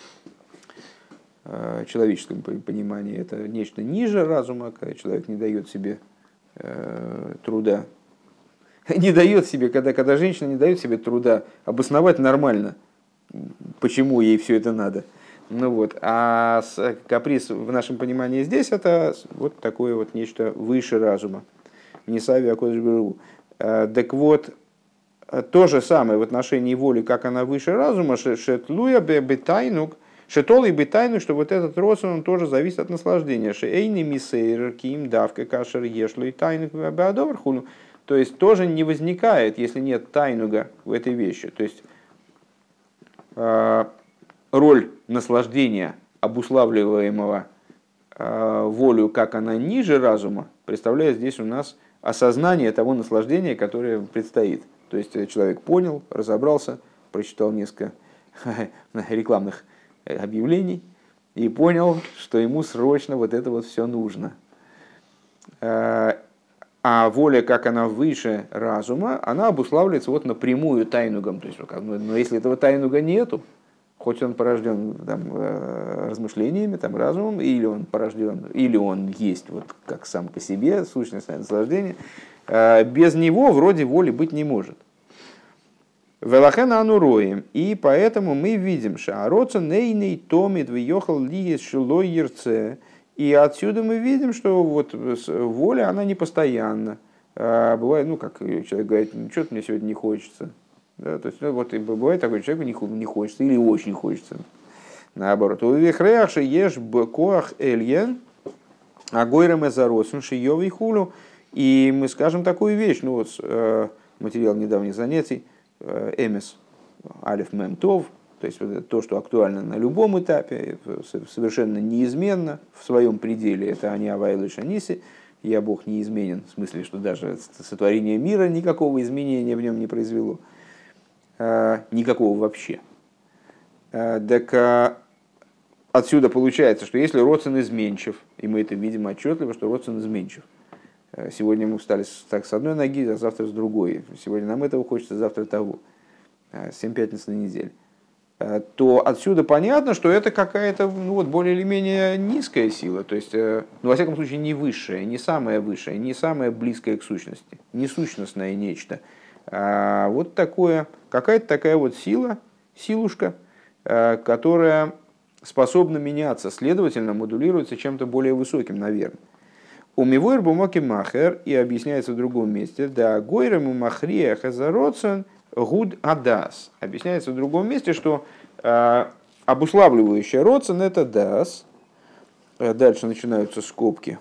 человеческом понимании это нечто ниже разума, когда человек не дает себе труда, не дает себе, когда, когда женщина не дает себе труда обосновать нормально, почему ей все это надо. Ну вот. А каприз в нашем понимании здесь это вот такое вот нечто выше разума. Не сави, а кодыш беру. Так вот, то же самое в отношении воли, как она выше разума, шетлуя бетайнук, шетолый бетайнук, что вот этот родствен, он тоже зависит от наслаждения. Шеэйни мисейр ким давка кашер ешлый тайнук беадовархулу. То есть тоже не возникает, если нет тайнуга в этой вещи. То есть роль наслаждения, обуславливаемого волю, как она ниже разума, представляет здесь у нас осознание того наслаждения, которое предстоит. То есть человек понял, разобрался, прочитал несколько рекламных объявлений и понял, что ему срочно вот это вот все нужно. А воля, как она выше разума, она обуславливается вот напрямую тайнугом. То есть, но если этого тайнуга нету, хоть он порожден там, размышлениями, там, разумом, или он порожден, или он есть вот как сам по себе, сущностное наслаждение, без него вроде воли быть не может. Велахена ануроем. И поэтому мы видим, что ароца нейный томит въехал ли шилой ерце. И отсюда мы видим, что вот воля, она не постоянна. А бывает, ну, как человек говорит, ну, что-то мне сегодня не хочется. Да, то есть, ну, вот, и бывает такой человек, не хочется или очень хочется. Наоборот. У вехреаши ешь бкоах эльен, а гойрам эзаросун шиёвый хулю. И мы скажем такую вещь, ну вот материал недавних занятий, эмес, алиф мем тов, то есть вот то, что актуально на любом этапе, совершенно неизменно в своем пределе, это они авайлы шаниси, я Бог неизменен, в смысле, что даже сотворение мира никакого изменения в нем не произвело, никакого вообще. Так отсюда получается, что если родствен изменчив, и мы это видим отчетливо, что родствен изменчив, сегодня мы встали так с одной ноги, а завтра с другой, сегодня нам этого хочется, завтра того, семь пятниц на неделю, то отсюда понятно, что это какая-то ну, вот, более или менее низкая сила, то есть, ну, во всяком случае, не высшая, не самая высшая, не самая близкая к сущности, не сущностное нечто, а вот такое, какая-то такая вот сила, силушка, которая способна меняться, следовательно, модулируется чем-то более высоким, наверное. У мивойр бумаки махер, и объясняется в другом месте, да, гойрему махрия хазароцен гуд адас. Объясняется в другом месте, что э, обуславливающая родцен это дас. Дальше начинаются скобки.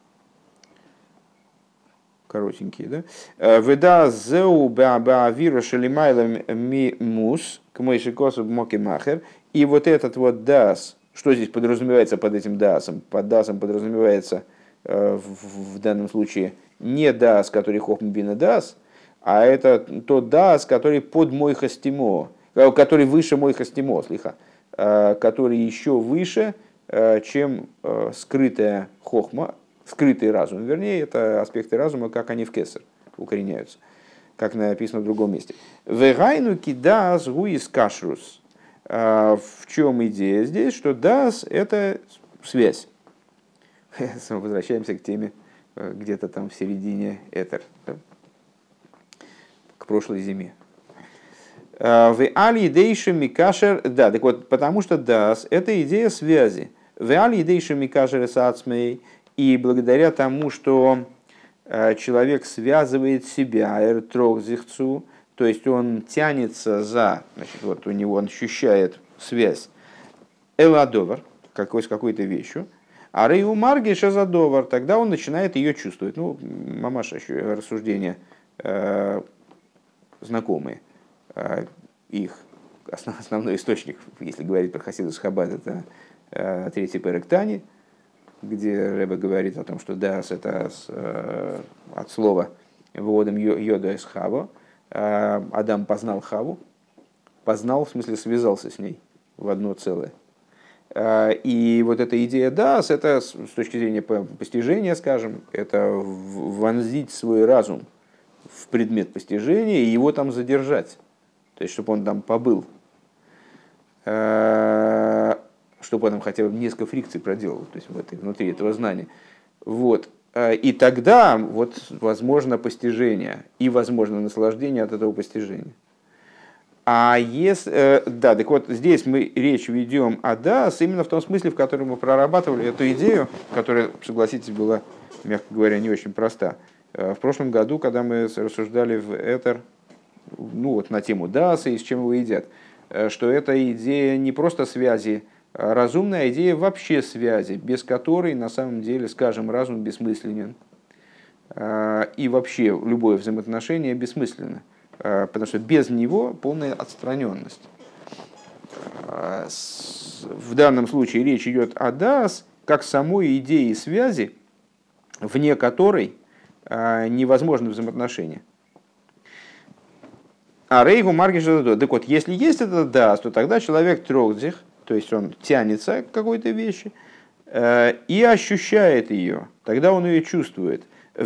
Коротенькие, да? Веда зеу баавира шелимайлем ми мус, к мойши косу бмоки махер. И вот этот вот дас, Что здесь подразумевается под этим даасом? Под даасом подразумевается э, в, в данном случае не даас, который хохма бина даас, а это тот даас, который под мой хастимо, который выше мой хастимо, слиха, э, который еще выше, э, чем э, скрытая хохма, скрытый разум. Вернее, это аспекты разума, как они в кесар укореняются, как написано в другом месте. Вегайну кидаас гуис кашрус. В чем идея здесь, что даас – это связь. Возвращаемся к теме где-то там в середине этер, да? К прошлой зиме. В али дейши микашер, да, так вот, потому что даас – это идея связи. В али дейши микашер сацмей, и благодаря тому, что человек связывает себя, эртрохзихцу, то есть он тянется за, значит, вот у него он ощущает связь эладовар, какой, с какой-то вещью, а рейу маргиша задовар, тогда он начинает ее чувствовать. Ну, мамаша, рассуждения э, знакомые. Э, их основ, основной источник, если говорить про Хасидус Хаббат, это э, третий перек Тани, где Ребе говорит о том, что даас это с, э, от слова «вводом йода из хаво». Адам познал Хаву, познал, в смысле связался с ней в одно целое. И вот эта идея даас, это с точки зрения постижения, скажем, это вонзить свой разум в предмет постижения и его там задержать, то есть чтобы он там побыл, чтобы он там хотя бы несколько фрикций проделал, то есть в этой, внутри этого знания. Вот. И тогда вот, возможно постижение и возможно наслаждение от этого постижения. А если, да, так вот здесь мы речь ведем о даас именно в том смысле, в котором мы прорабатывали эту идею, которая, согласитесь, была, мягко говоря, не очень проста. В прошлом году, когда мы рассуждали в Этер, ну вот на тему дааса и с чем его едят, что эта идея не просто связи, разумная идея вообще связи, без которой на самом деле, скажем, разум бессмысленен. И вообще любое взаимоотношение бессмысленно, потому что без него полная отстраненность. В данном случае речь идет о даас как самой идее связи, вне которой невозможно взаимоотношения. А рейгу маргиша, так вот, если есть этот даас, то тогда человек трёхдзих, то есть он тянется к какой-то вещи э, и ощущает ее, тогда он ее чувствует. То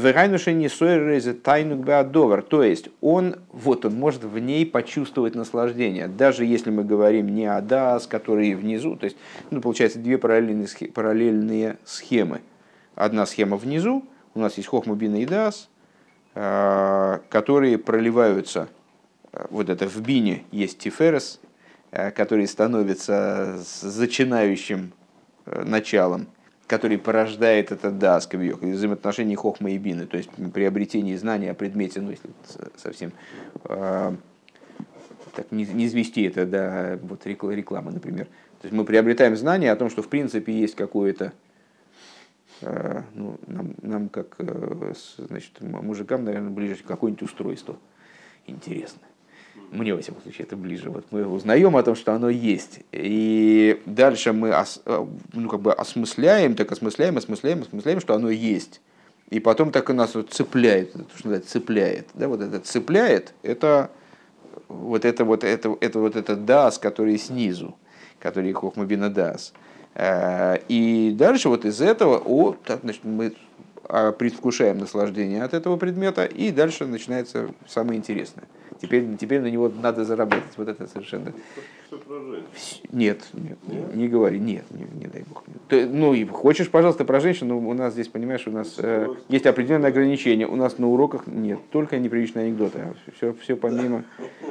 есть он, вот он может в ней почувствовать наслаждение, даже если мы говорим не о даас, которые внизу, то есть ну, получается две параллельные, параллельные схемы. Одна схема внизу, у нас есть хохма бина и даас, э, которые проливаются, вот это в бине есть тиферес, который становится зачинающим началом, который порождает этот даас кавиох, взаимоотношения хохма и бины, то есть приобретение знания о предмете, ну, если совсем э, так, не, не извести это до вот, рекламы, например. То есть мы приобретаем знание о том, что в принципе есть какое-то, э, ну, нам, нам как э, значит, мужикам, наверное, ближе какое-нибудь устройство интересное. Мне, во всяком случае, это ближе. Вот мы узнаем о том, что оно есть. И дальше мы ос, ну, как бы осмысляем, так осмысляем, осмысляем, осмысляем, что оно есть. И потом так и нас вот цепляет, то, что называется, цепляет. Да, вот это цепляет, это вот это вот это, это вот этот даас, который снизу, который хохма бина даас. И дальше вот из этого о, так, значит, мы предвкушаем наслаждение от этого предмета, и дальше начинается самое интересное. Теперь, теперь на него надо заработать. Вот это совершенно... Нет, нет, нет, не говори, нет, не, не дай бог. Ты, ну, и хочешь, пожалуйста, про женщин, но у нас здесь, понимаешь, у нас э, есть определенные ограничения. У нас на уроках нет, только неприличные анекдоты, а все, все помимо.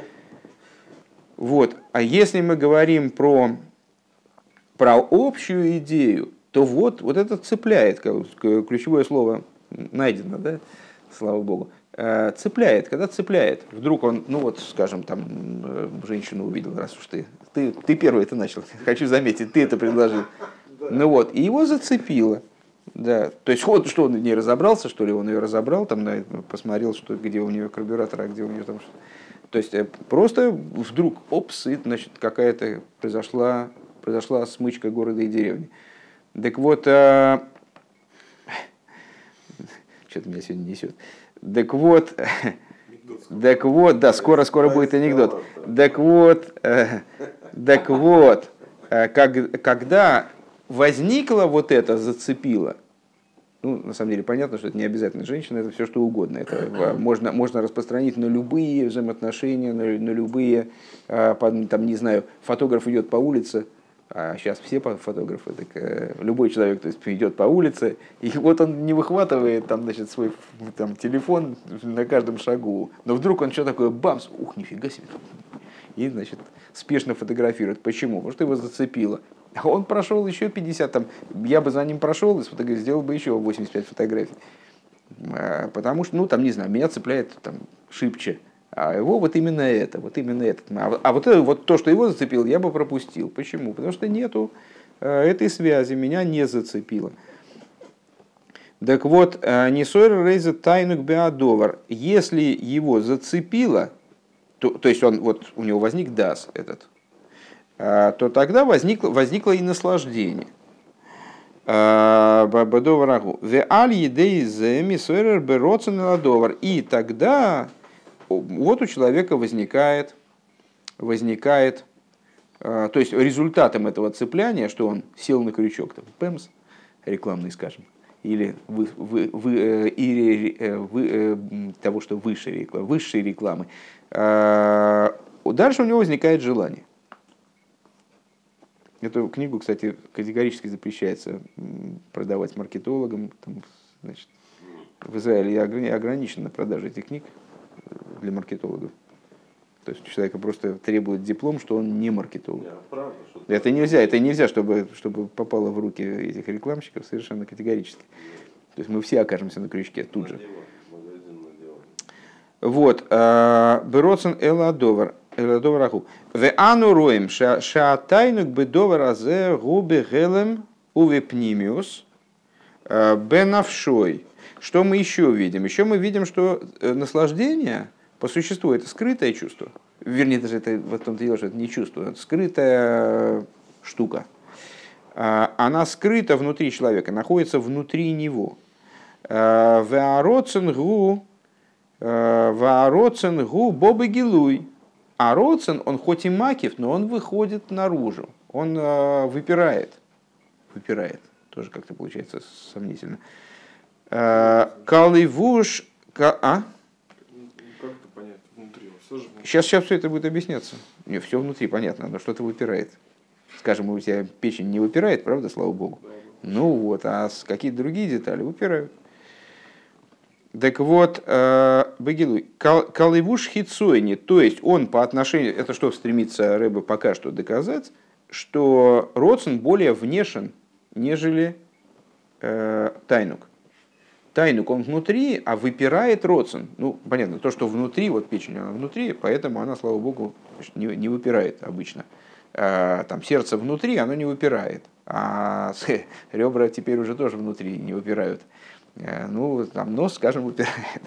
Вот. А если мы говорим про, про общую идею, то вот, вот это цепляет, ключевое слово найдено, да, слава богу. Цепляет, когда цепляет, вдруг он, ну вот, скажем, там, женщину увидел, раз уж ты, ты, ты первый это начал, хочу заметить, ты это предложил, ну вот, и его зацепило, да, то есть, вот, что он не разобрался, что ли, он ее разобрал, там, посмотрел, что, где у нее карбюратор, а где у нее там, то есть, просто вдруг, опс, и, значит, какая-то произошла произошла смычка города и деревни. Так вот, что-то меня сегодня несет. Так вот, так вот, да, скоро-скоро будет анекдот. Так вот, так вот, как, когда возникло вот это, зацепило, ну, на самом деле, понятно, что это не обязательно женщина, это все что угодно. Это можно, можно распространить на любые взаимоотношения, на, на любые, там, не знаю, фотограф идет по улице, а сейчас все фотографы, так, любой человек, то есть, идет по улице, и вот он не выхватывает там, значит, свой там, телефон на каждом шагу, но вдруг он что такое, бамс, ух, нифига себе, и, значит, спешно фотографирует. Почему? Потому что его зацепило. А он прошел еще пятьдесят, там, я бы за ним прошел и сделал бы еще восемьдесят пять фотографий. Потому что, ну, там, не знаю, меня цепляет там, шибче. А его вот именно это, вот именно это. А вот, это, вот то, что его зацепило, я бы пропустил. Почему? Потому что нету этой связи, меня не зацепило. Так вот, Нисойр рейзет тайнук беадовар. Если его зацепило, то, то есть он, вот, у него возник дас этот, то тогда возникло, возникло и наслаждение. И тогда вот у человека возникает, возникает, то есть результатом этого цепляния, что он сел на крючок, там, пэмс, рекламный, скажем, или, вы, вы, вы, или вы, того, что выше рекламы, высшей рекламы, дальше у него возникает желание. Эту книгу, кстати, категорически запрещается продавать маркетологам. Там, значит, в Израиле ограничена продажа этих книг для маркетологов. То есть у человека просто требует диплом, что он не маркетолог. Yeah, правда, это нельзя, это нельзя, чтобы, чтобы попало в руки этих рекламщиков совершенно категорически. То есть мы все окажемся на крючке тут же. Вот. Бероцен эладовар. В ану роем шаатайнук бедовар азе губе гелем увепнимиус бенавшой. Что мы еще видим? Еще мы видим, что наслаждение по существу это скрытое чувство. Вернее, даже это в том-то дело, что это не чувство, это скрытая штука. Она скрыта внутри человека, находится внутри него. Ваароцен гу ваароцен гу бобы гилуй. А роцен, он хоть и макив, но он выходит наружу, он э, выпирает. Выпирает, тоже как-то получается сомнительно. Каливуш... Э, а? Как это понять внутри? Все же внутри. Сейчас, сейчас все это будет объясняться. Не, все внутри, понятно, но что-то выпирает. Скажем, у тебя печень не выпирает, правда, слава богу? Да, да. Ну вот, а какие-то другие детали выпирают. Так вот, Багилуй, калывуш хитсойни, то есть он по отношению, это что стремится Рэбе пока что доказать, что роцен более внешен, нежели э, тайнук. Тайнук он внутри, а выпирает роцен. Ну, понятно, то, что внутри, вот печень она внутри, поэтому она, слава богу, не, не выпирает обычно. А, там сердце внутри, оно не выпирает, а ребра теперь уже тоже внутри не выпирают. Ну, там нос, скажем, выпирает.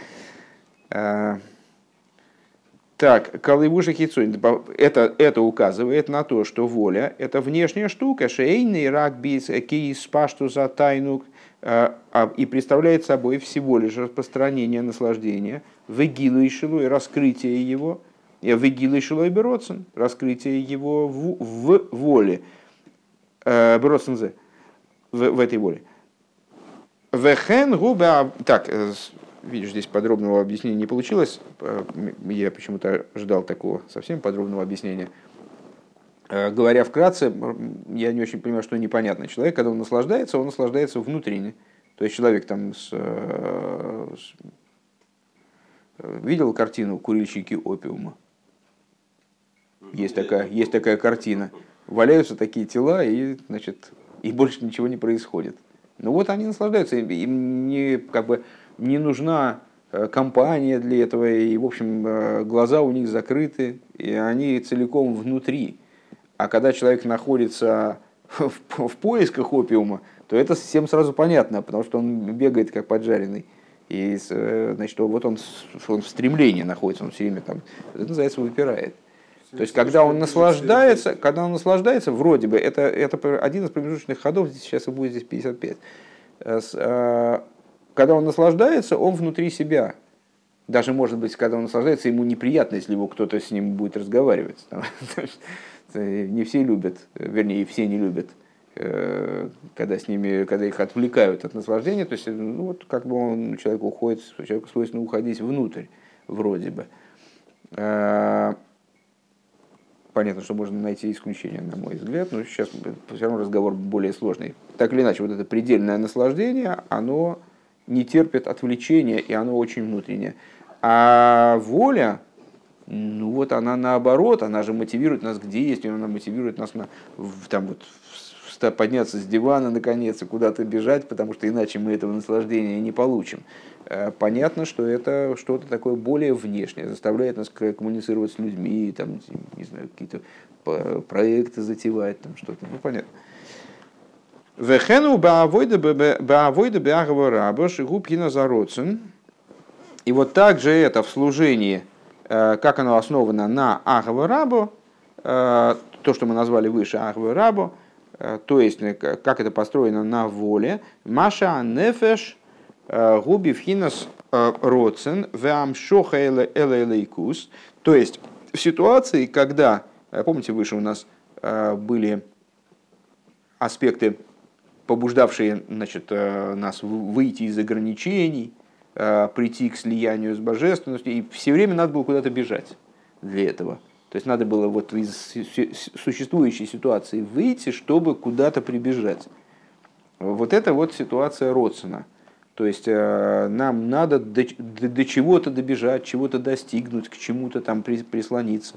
Так, калывуша хитсуин. Это, это указывает на то, что воля – это внешняя штука, шейный рак бис кейс пашту за тайнук, и представляет собой всего лишь распространение наслаждения, вегилу и шилу, и раскрытие его, вегилу и шилу и бероцен, раскрытие его в, в воле, бероцен зе, в, в этой воле. Вехен губа. Так, видишь, здесь подробного объяснения не получилось. Я почему-то ждал такого совсем подробного объяснения. Говоря вкратце, я не очень понимаю, что непонятно. Человек, когда он наслаждается, он наслаждается внутренне. То есть человек там с, с... видел картину «Курильщики опиума». Есть такая, есть такая картина. Валяются такие тела, и, значит, и больше ничего не происходит. Ну вот они наслаждаются, им не, как бы, не нужна компания для этого, и, в общем, глаза у них закрыты, и они целиком внутри. А когда человек находится в, в поисках опиума, то это всем сразу понятно, потому что он бегает как поджаренный. И, значит, вот он, он в стремлении находится, он все время там, это называется, выпирает. То есть, когда он наслаждается, когда он наслаждается, вроде бы, это, это один из промежуточных ходов, сейчас и будет здесь пятьдесят пять. Когда он наслаждается, он внутри себя. Даже, может быть, когда он наслаждается, ему неприятно, если его кто-то с ним будет разговаривать. Не все любят, вернее, все не любят, когда, с ними, когда их отвлекают от наслаждения. То есть, ну, вот, как бы он, человек уходит, человеку свойственно уходить внутрь, вроде бы. Понятно, что можно найти исключение, на мой взгляд, но сейчас все равно разговор более сложный. Так или иначе, вот это предельное наслаждение, оно не терпит отвлечения, и оно очень внутреннее. А воля, ну вот она наоборот, она же мотивирует нас к действию, она мотивирует нас на, там вот, подняться с дивана наконец и куда-то бежать, потому что иначе мы этого наслаждения не получим. Понятно, что это что-то такое более внешнее, заставляет нас коммуницировать с людьми, там, не знаю, какие-то проекты затевать, там что-то, ну понятно. И вот также это в служении, как оно основано на Агава Рабо, то, что мы назвали выше Агава Рабо, то есть как это построено на воле, Маша Нефеш Губи Вхинас Роцен Веамшоха Элейлейкус, то есть в ситуации, когда, помните, выше у нас были аспекты, побуждавшие, значит, нас выйти из ограничений, прийти к слиянию с божественностью, и все время надо было куда-то бежать для этого. То есть надо было вот из существующей ситуации выйти, чтобы куда-то прибежать. Вот это вот ситуация Роцена. То есть нам надо до, до, до чего-то добежать, чего-то достигнуть, к чему-то там прислониться.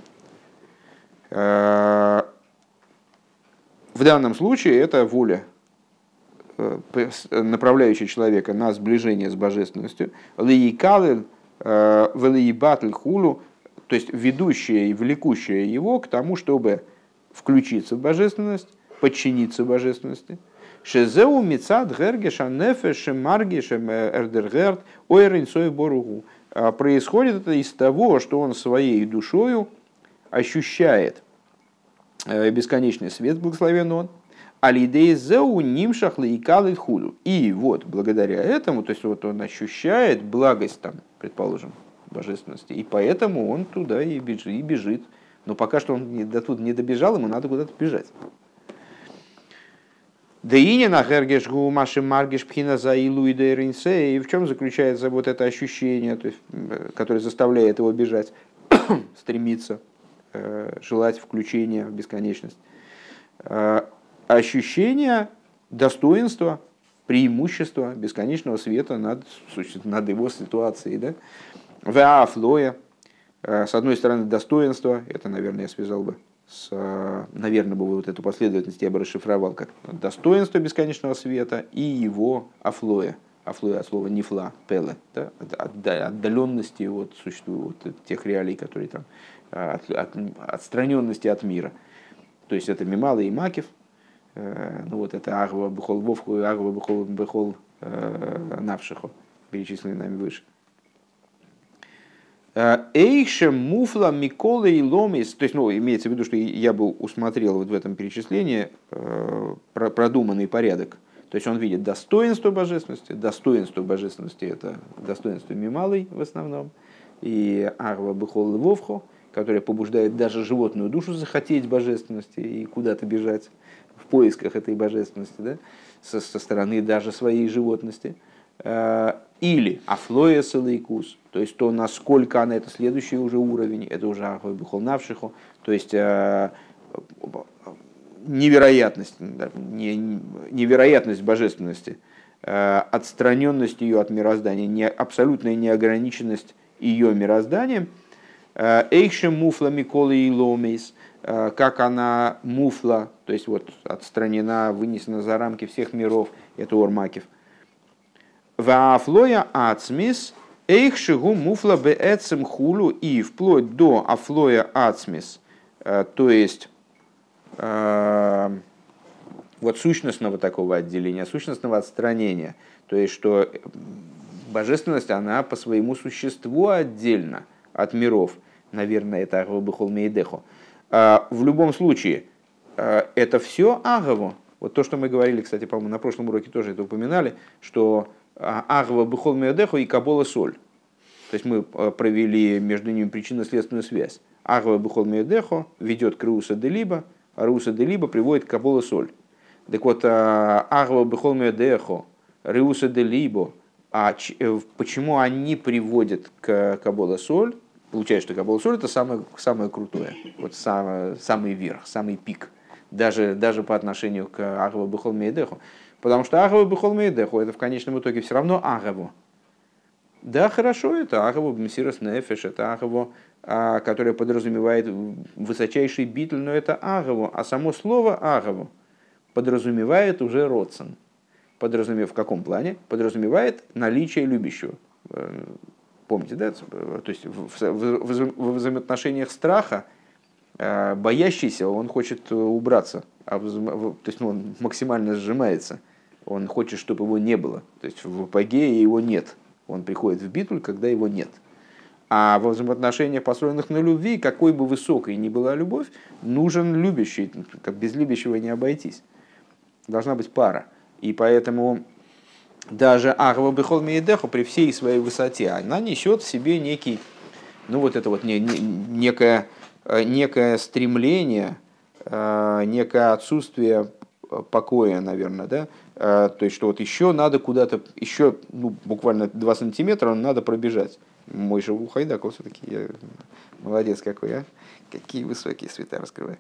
В данном случае это воля, направляющая человека на сближение с божественностью, лиикалель, велиибатль хулу, то есть ведущая и влекущая его к тому, чтобы включиться в божественность, подчиниться божественности. Шезеу мицад гергеша нефешем маргешем эрдергерд ойренсой боругу. Происходит это из того, что он своей душою ощущает бесконечный свет, благословен он, алидей зеу нимшах лейкалый худу. И вот благодаря этому, то есть вот он ощущает благость там, предположим, божественности, и поэтому он туда и бежит, и бежит. Но пока что он до туда не добежал, ему надо куда-то бежать. И в чем заключается вот это ощущение, то есть, которое заставляет его бежать, стремиться, желать включения в бесконечность? Ощущение достоинства, преимущества бесконечного света над, над его ситуацией. Да? Веафлоя, с одной стороны, достоинство, это, наверное, я связал бы с, наверное, бы вот эту последовательность я бы расшифровал как достоинство бесконечного света и его афлоя. Афлоя от слова нефла, пеле, да? Отдаленности от, существует, от тех реалий, которые там, от, от, отстраненности от мира. То есть это мимала и макев, ну вот это агва бхол вовху и агва бхол бхол навшиху, перечисленные нами выше. Эйшем муфла микола и ломис, то есть, ну, имеется в виду, что я бы усмотрел вот в этом перечислении продуманный порядок. То есть он видит достоинство божественности, достоинство божественности это достоинство мималой в основном, и арва бхол вовху, которое побуждает даже животную душу захотеть божественности и куда-то бежать в поисках этой божественности, да, со, со стороны даже своей животности. Или афлоя салейкус, то есть то, насколько она, это следующий уже уровень, это уже ахвай бхол навшиху, то есть невероятность, невероятность божественности, отстраненность ее от мироздания, не, абсолютная неограниченность ее мирозданием. Эйши муфла миколы и ломейс, как она муфла, то есть вот отстранена, вынесена за рамки всех миров, это Ормакев. Ваафлоя ацмис, эйхшигу муфла беэцем хулу, и вплоть до афлоя ацмис, то есть вот сущностного такого отделения, сущностного отстранения, то есть что божественность, она по своему существу отдельно от миров, наверное, это агава бехол мейдехо. В любом случае, это все агаву. Вот то, что мы говорили, кстати, по-моему, на прошлом уроке тоже это упоминали, что агава бехол мейдехо и кабола соль. То есть мы провели между ними причинно-следственную связь. Агава бехол мейдехо ведет к Руса де Либо, а Руса де Либо приводит к кабола соль. Так вот, агава бехол мейдехо, Руса де Либо, а почему они приводят к кабола соль? Получается, что кабола соль это самое, самое крутое, вот самый, самый верх, самый пик, даже, даже по отношению к агава бехол мейдехо. Потому что агава бехол мейдехо это в конечном итоге все равно агаву. Да, хорошо, это агаву мсирос нефеш, это агаву, которое подразумевает высочайший битль, но это агаву, а само слово агаву подразумевает уже родсен. Подразумевает в каком плане? Подразумевает наличие любящего. Помните, да? То есть в взаимоотношениях страха боящийся, он хочет убраться, а то есть ну, он максимально сжимается, он хочет, чтобы его не было. То есть в апогее его нет. Он приходит в битву, когда его нет. А во взаимоотношениях, построенных на любви, какой бы высокой ни была любовь, нужен любящий, как без любящего не обойтись. Должна быть пара. И поэтому даже агава бехол мейдехо при всей своей высоте, она несет в себе некий, ну вот это вот не, не, некое, некое стремление, некое отсутствие покоя, наверное, да? То есть, что вот еще надо куда-то, еще ну, буквально два сантиметра надо пробежать. Мой же Ухайдакл все-таки, я молодец какой, а? Какие высокие света раскрываю.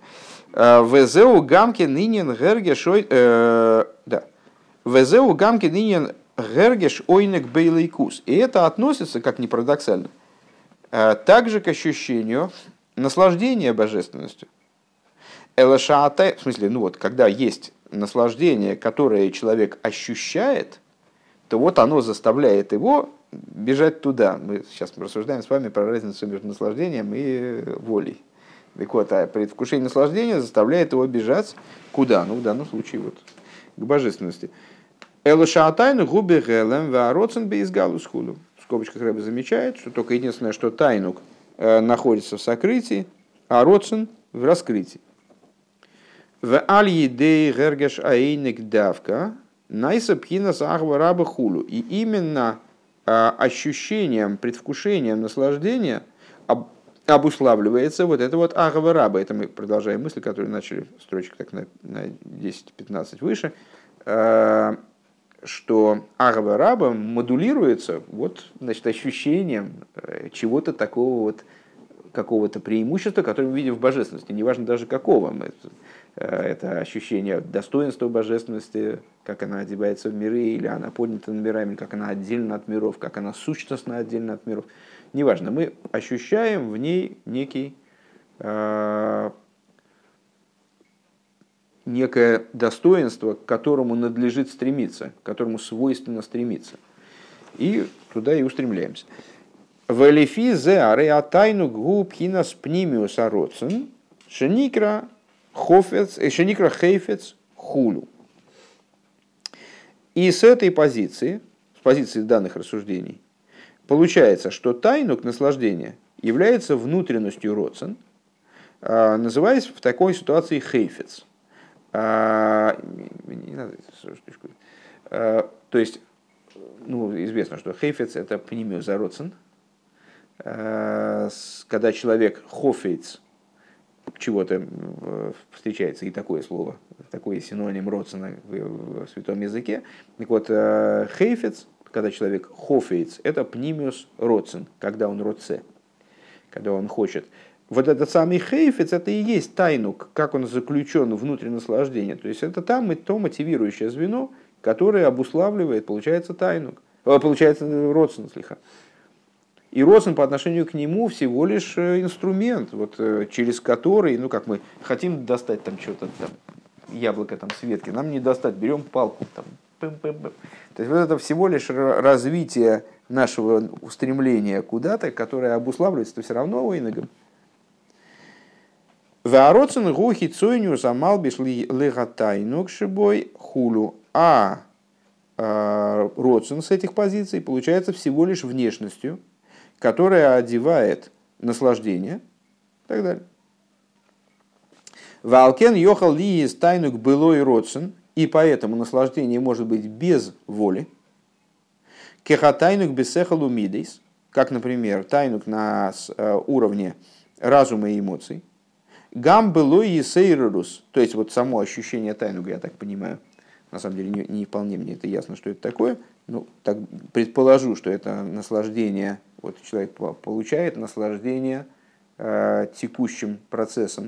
Везеу гамки нынен гергешой... Да. Везеу гамки нынен гергеш ойнек бейлейкус. И это относится, как ни парадоксально, также к ощущению наслаждения божественностью. Элашаатай, в смысле, ну вот, когда есть наслаждение, которое человек ощущает, то вот оно заставляет его бежать туда. Мы сейчас рассуждаем с вами про разницу между наслаждением и волей. Так вот, а предвкушение наслаждения заставляет его бежать куда? Ну, в данном случае, вот, к божественности. Элашаатайну губи гелем вароцен бейзгалус худу. В скобочках Рэбе замечает, что только единственное, что тайнук находится в сокрытии, а роцен в раскрытии. В аль-едей гергеш аэйник давка найса пхинас ахва раба хулу. И именно ощущением, предвкушением наслаждения обуславливается вот это вот агава раба. Это мы продолжаем мысль, которую начали строчек так на, на десять-пятнадцать выше, что агава раба модулируется вот, значит, ощущением чего-то такого вот, какого-то преимущества, которое мы видим в божественности. Неважно даже какого. Мы, это ощущение достоинства божественности, как она одевается в миры, или она поднята над мирами, как она отдельно от миров, как она сущностно отдельно от миров. Неважно, мы ощущаем в ней некий, э, некое достоинство, к которому надлежит стремиться, к которому свойственно стремиться. И туда и устремляемся. «Велифи зе аре атайну гу пхинас пнимиус ароцен шеникра хофец, шеникра хейфец хулю». И с этой позиции, с позиции данных рассуждений, получается, что тайнук наслаждения является внутренностью роцен, называясь в такой ситуации хейфец. Не надо, то есть, ну, известно, что хейфец это пнимиус ароцен, когда человек хофейц чего-то встречается и такое слово, такой синоним роцена в святом языке. Так вот, хейфец, когда человек хофейц, это пнимиус роцен, когда он роце, когда он хочет. Вот этот самый хейфец, это и есть тайнук, как он заключен внутри наслаждения. То есть это там и то мотивирующее звено, которое обуславливает, получается, тайнук, получается, роцен, слиха. И роцен по отношению к нему всего лишь инструмент, вот, через который, ну как мы хотим достать там что-то, там, яблоко там, с ветки, нам не достать, берем палку. Там, пым-пым-пым. То есть вот это всего лишь развитие нашего устремления куда-то, которое обуславливается все равно ойнегом. Вароцен гухи цойнюс амалбиш легатайнук шибой хулю. А роцен с этих позиций получается всего лишь внешностью, которая одевает наслаждение и так далее. Валкен йохал ли из тайнук было и родсен, и поэтому наслаждение может быть без воли. Кехатайнук бесехалу мидейс, как, например, тайнук на уровне разума и эмоций. Гам было и сейрурус, то есть вот само ощущение тайнуга, я так понимаю, на самом деле не, не вполне мне это ясно, что это такое. Ну, так предположу, что это наслаждение, вот человек получает наслаждение э, текущим процессом,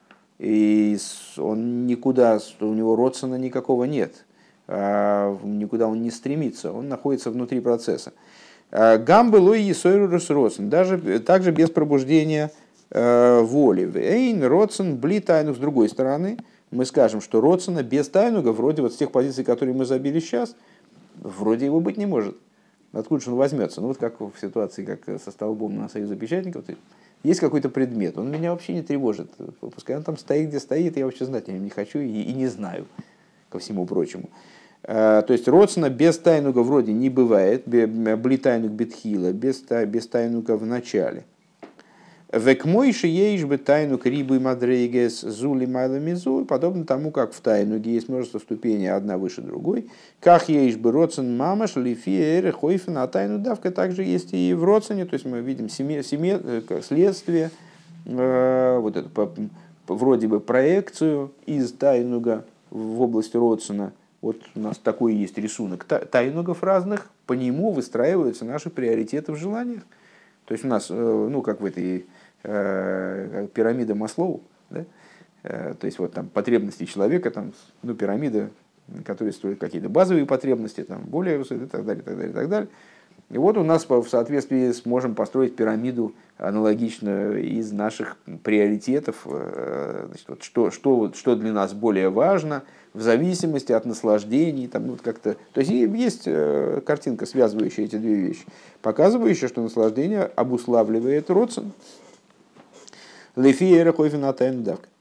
и он никуда, у него родствена никакого нет, э, никуда он не стремится, он находится внутри процесса. Гам было и сойрус родсен, даже также без пробуждения э, воли. Эйн родсен бли тайнуг. С другой стороны, мы скажем, что родсена без тайнуга, вроде вот с тех позиций, которые мы забили сейчас, вроде его быть не может. Откуда же он возьмется? Ну вот как в ситуации, как со столбом на Союзе печатников, есть какой-то предмет, он меня вообще не тревожит. Пускай он там стоит, где стоит, я вообще знать о нем не хочу и, и не знаю, ко всему прочему. То есть родсена без тайнуга вроде не бывает, бли тайнуг бетхила, без, без тайнуга в начале. Век мойши ейш бы тайнуг рибы мадрейгес зули майлами, подобно тому, как в тайнуге есть множество ступеней, одна выше другой. Как ейш бы родсен мамаш лифиэре хойфен, а тайну давка также есть и в родсене, то есть мы видим семе, семе, следствие, э, вот это, по, вроде бы проекцию из тайнуга в область родсена. Вот у нас такой есть рисунок тайнугов разных, по нему выстраиваются наши приоритеты в желаниях. То есть у нас, ну, как в этой э, пирамиде Маслоу, да? э, то есть вот там потребности человека, там, ну, пирамида, которая строит какие-то базовые потребности, там, более высокие, и так далее, и так далее, и так далее. И вот у нас в соответствии сможем построить пирамиду аналогично из наших приоритетов, э, значит, вот что, что, что для нас более важно, в зависимости от наслаждений. Там, вот как-то... То есть есть картинка, связывающая эти две вещи, показывающая, что наслаждение обуславливает родсен. Лефиера хойфена тайну давка.